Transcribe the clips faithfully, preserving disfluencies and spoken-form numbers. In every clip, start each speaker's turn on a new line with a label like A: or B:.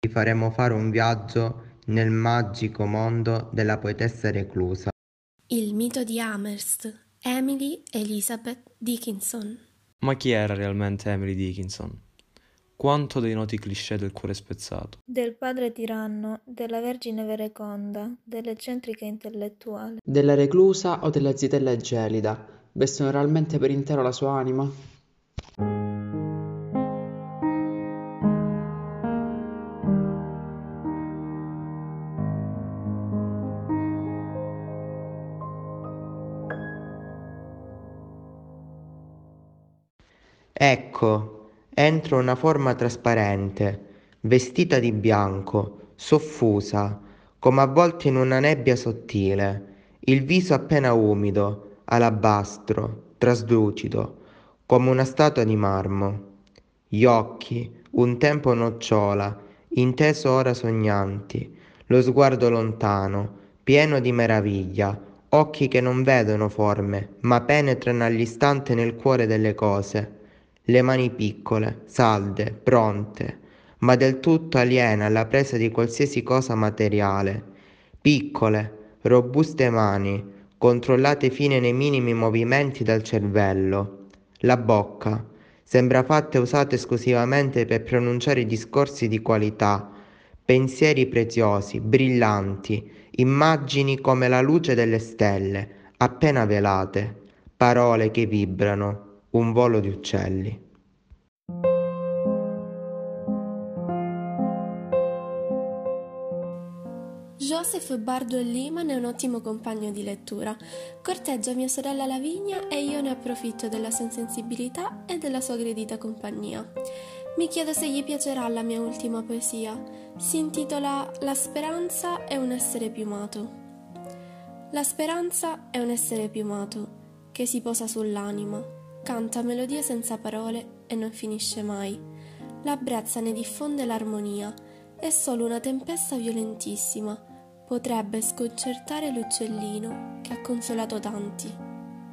A: faremo fare un viaggio nel magico mondo della poetessa reclusa.
B: Il mito di Amherst, Emily Elizabeth Dickinson.
C: Ma chi era realmente Emily Dickinson? Quanto dei noti cliché del cuore spezzato?
D: Del padre tiranno, della vergine vereconda, dell'eccentrica intellettuale.
E: Della reclusa o della zitella gelida, vestono realmente per intero la sua anima?
A: Ecco, entro una forma trasparente, vestita di bianco, soffusa, come avvolta in una nebbia sottile, il viso appena umido, alabastro, traslucido, come una statua di marmo. Gli occhi, un tempo nocciola, inteso ora sognanti, lo sguardo lontano, pieno di meraviglia, occhi che non vedono forme, ma penetrano all'istante nel cuore delle cose. Le mani piccole, salde, pronte, ma del tutto aliene alla presa di qualsiasi cosa materiale. Piccole, robuste mani, controllate fino nei minimi movimenti dal cervello. La bocca sembra fatta e usata esclusivamente per pronunciare discorsi di qualità, pensieri preziosi, brillanti, immagini come la luce delle stelle, appena velate, parole che vibrano, un volo di uccelli.
B: Joseph Bardwell Lehman è un ottimo compagno di lettura. Corteggia mia sorella Lavinia e io ne approfitto della sua insensibilità e della sua gradita compagnia. Mi chiedo se gli piacerà la mia ultima poesia. Si intitola La speranza è un essere piumato. La speranza è un essere piumato che si posa sull'anima, canta melodie senza parole e non finisce mai. La brezza ne diffonde l'armonia e solo una tempesta violentissima potrebbe sconcertare l'uccellino che ha consolato tanti.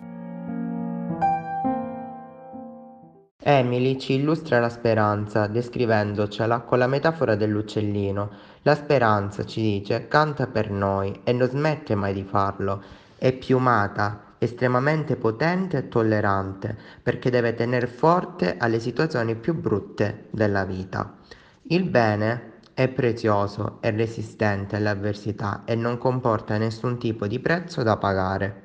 A: Emily ci illustra la speranza, descrivendocela con la metafora dell'uccellino. La speranza, ci dice, canta per noi e non smette mai di farlo. È piumata, estremamente potente e tollerante, perché deve tener forte alle situazioni più brutte della vita. Il bene è prezioso, è resistente alle avversità e non comporta nessun tipo di prezzo da pagare.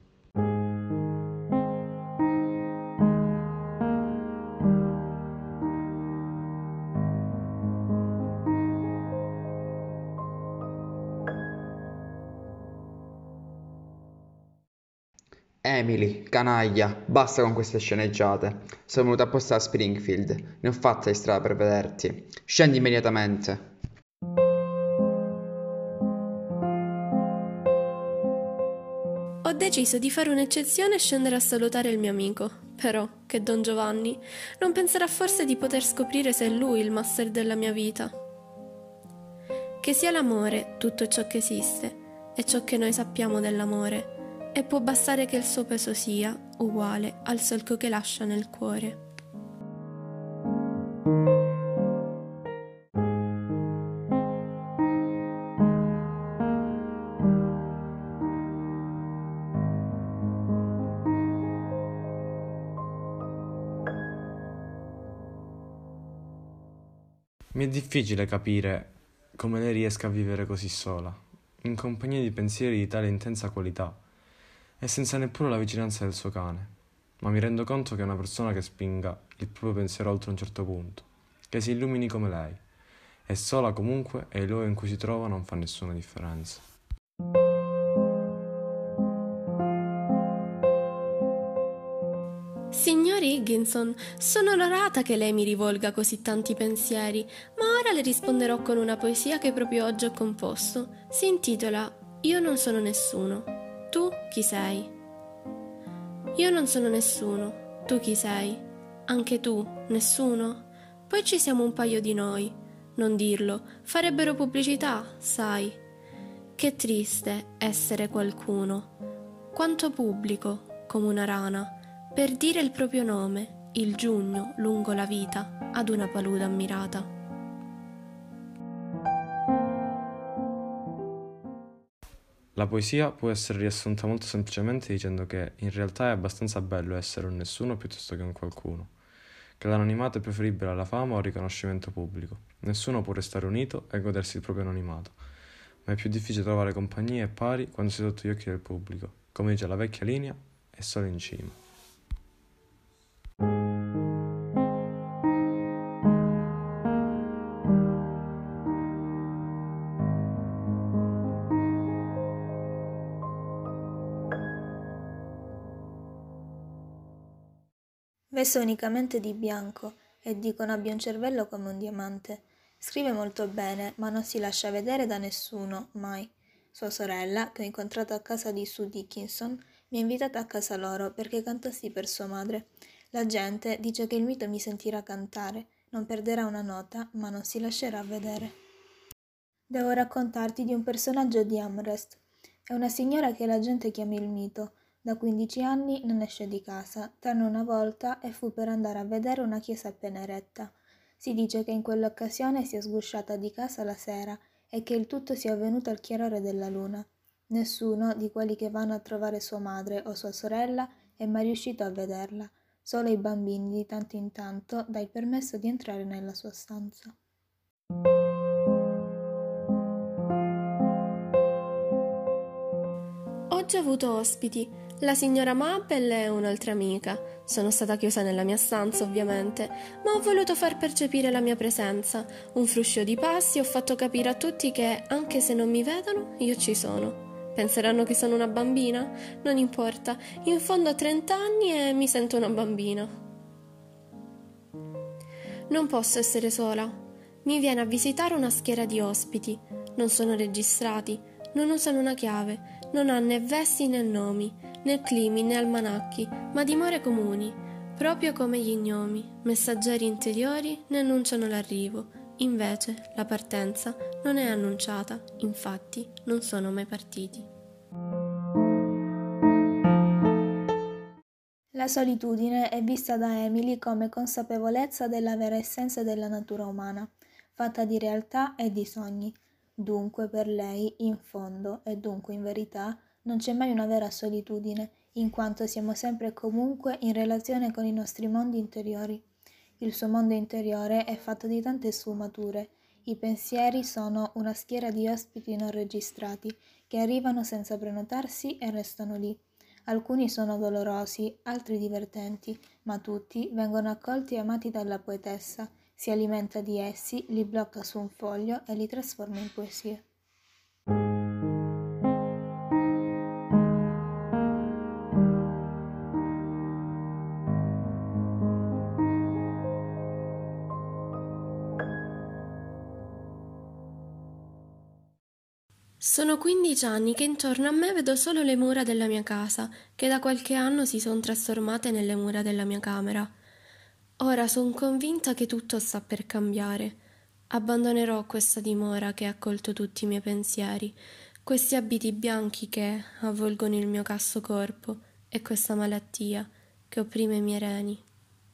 E: Emily, canaglia, basta con queste sceneggiate. Sono venuta apposta a Springfield, ne ho fatta di strada per vederti. Scendi immediatamente.
B: Ho deciso di fare un'eccezione e scendere a salutare il mio amico. Però, che Don Giovanni, non penserà forse di poter scoprire se è lui il master della mia vita. Che sia l'amore tutto ciò che esiste e ciò che noi sappiamo dell'amore, e può bastare che il suo peso sia uguale al solco che lascia nel cuore.
C: Mi è difficile capire come lei riesca a vivere così sola, in compagnia di pensieri di tale intensa qualità e senza neppure la vicinanza del suo cane. Ma mi rendo conto che è una persona che spinga il proprio pensiero oltre un certo punto, che si illumini come lei. È sola comunque e il luogo in cui si trova non fa nessuna differenza.
B: Signor Higginson, sono onorata che lei mi rivolga così tanti pensieri, ma ora le risponderò con una poesia che proprio oggi ho composto. Si intitola Io non sono nessuno. Tu chi sei? Io non sono nessuno. Tu chi sei? Anche tu, nessuno? Poi ci siamo un paio di noi. Non dirlo, farebbero pubblicità, sai. Che triste essere qualcuno. Quanto pubblico, come una rana, per dire il proprio nome, il giugno lungo la vita, ad una palude ammirata.
C: La poesia può essere riassunta molto semplicemente dicendo che in realtà è abbastanza bello essere un nessuno piuttosto che un qualcuno, che l'anonimato è preferibile alla fama o al riconoscimento pubblico. Nessuno può restare unito e godersi il proprio anonimato, ma è più difficile trovare compagnie e pari quando si è sotto gli occhi del pubblico. Come dice la vecchia linea, è solo in cima.
D: Veste unicamente di bianco e dicono abbia un cervello come un diamante. Scrive molto bene, ma non si lascia vedere da nessuno, mai. Sua sorella, che ho incontrato a casa di Sue Dickinson, mi ha invitata a casa loro perché cantassi per sua madre. La gente dice che il mito mi sentirà cantare, non perderà una nota, ma non si lascerà vedere. Devo raccontarti di un personaggio di Amherst. È una signora che la gente chiama il mito. Da quindici anni non esce di casa, tranne una volta e fu per andare a vedere una chiesa appena eretta. Si dice che in quell'occasione sia sgusciata di casa la sera e che il tutto sia avvenuto al chiarore della luna. Nessuno di quelli che vanno a trovare sua madre o sua sorella è mai riuscito a vederla. Solo i bambini di tanto in tanto dà il permesso di entrare nella sua stanza.
B: Oggi ho avuto ospiti, la signora Mabel e un'altra amica. Sono stata chiusa nella mia stanza, ovviamente, ma ho voluto far percepire la mia presenza. Un fruscio di passi e ho fatto capire a tutti che, anche se non mi vedono, io ci sono. Penseranno che sono una bambina? Non importa, in fondo ho trenta anni e mi sento una bambina. Non posso essere sola. Mi viene a visitare una schiera di ospiti. Non sono registrati, non usano una chiave, non ha né vesti né nomi, né climi né almanacchi, ma dimore comuni, proprio come gli gnomi, messaggeri interiori ne annunciano l'arrivo. Invece la partenza non è annunciata, infatti non sono mai partiti.
D: La solitudine è vista da Emily come consapevolezza della vera essenza della natura umana, fatta di realtà e di sogni. Dunque per lei, in fondo e dunque in verità, non c'è mai una vera solitudine, in quanto siamo sempre e comunque in relazione con i nostri mondi interiori. Il suo mondo interiore è fatto di tante sfumature. I pensieri sono una schiera di ospiti non registrati, che arrivano senza prenotarsi e restano lì. Alcuni sono dolorosi, altri divertenti, ma tutti vengono accolti e amati dalla poetessa. Si alimenta di essi, li blocca su un foglio e li trasforma in poesie.
B: Sono quindici anni che intorno a me vedo solo le mura della mia casa, che da qualche anno si sono trasformate nelle mura della mia camera. Ora sono convinta che tutto sta per cambiare. Abbandonerò questa dimora che ha accolto tutti i miei pensieri, questi abiti bianchi che avvolgono il mio casto corpo e questa malattia che opprime i miei reni.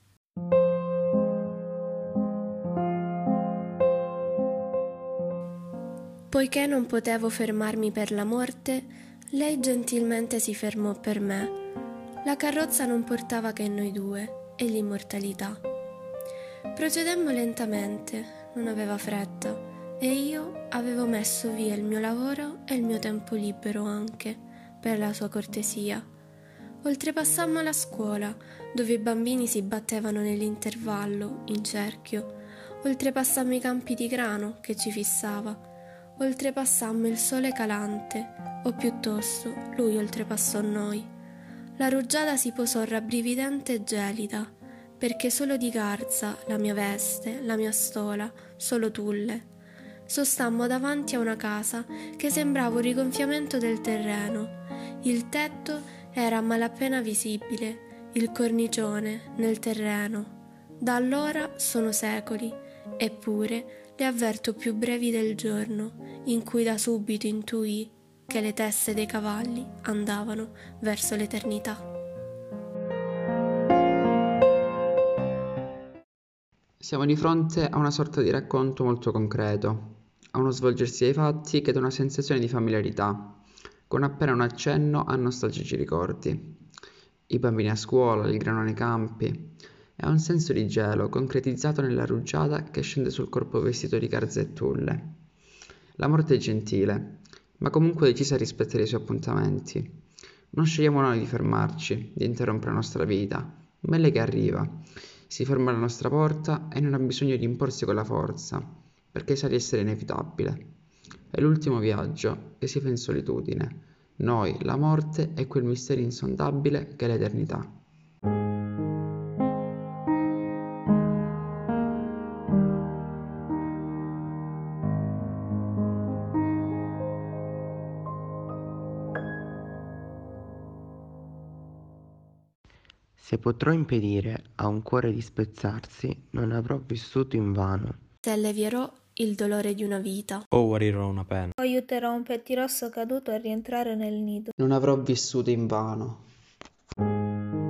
B: Poiché non potevo fermarmi per la morte, lei gentilmente si fermò per me. La carrozza non portava che noi due e l'immortalità. Procedemmo lentamente, non aveva fretta, e io avevo messo via il mio lavoro e il mio tempo libero anche, per la sua cortesia. Oltrepassammo la scuola, dove i bambini si battevano nell'intervallo, in cerchio. Oltrepassammo i campi di grano che ci fissava. Oltrepassammo il sole calante, o piuttosto lui oltrepassò noi. La rugiada si posò rabbrividente e gelida, perché solo di garza la mia veste, la mia stola, solo tulle. Sostammo davanti a una casa che sembrava un rigonfiamento del terreno. Il tetto era a malapena visibile, il cornicione nel terreno. Da allora sono secoli, eppure le avverto più brevi del giorno, in cui da subito intuì che le teste dei cavalli andavano verso l'eternità.
E: Siamo di fronte a una sorta di racconto molto concreto, a uno svolgersi dei fatti che dà una sensazione di familiarità. con appena un accenno a nostalgici ricordi. I bambini a scuola, il grano nei campi, e un senso di gelo concretizzato nella rugiada che scende sul corpo vestito di garze e tulle. La morte è gentile, ma comunque decisa a rispettare i suoi appuntamenti. Non scegliamo noi di fermarci, di interrompere la nostra vita, ma è lei che arriva. Si ferma alla nostra porta e non ha bisogno di imporsi con la forza, perché sa di essere inevitabile. È l'ultimo viaggio che si fa in solitudine. Noi, la morte e quel mistero insondabile che è l'eternità.
A: Se potrò impedire a un cuore di spezzarsi, non avrò vissuto invano.
B: Se allevierò il dolore di una vita,
C: O guarirò una pena.
D: O aiuterò un pettirosso caduto a rientrare nel nido.
E: Non avrò vissuto invano.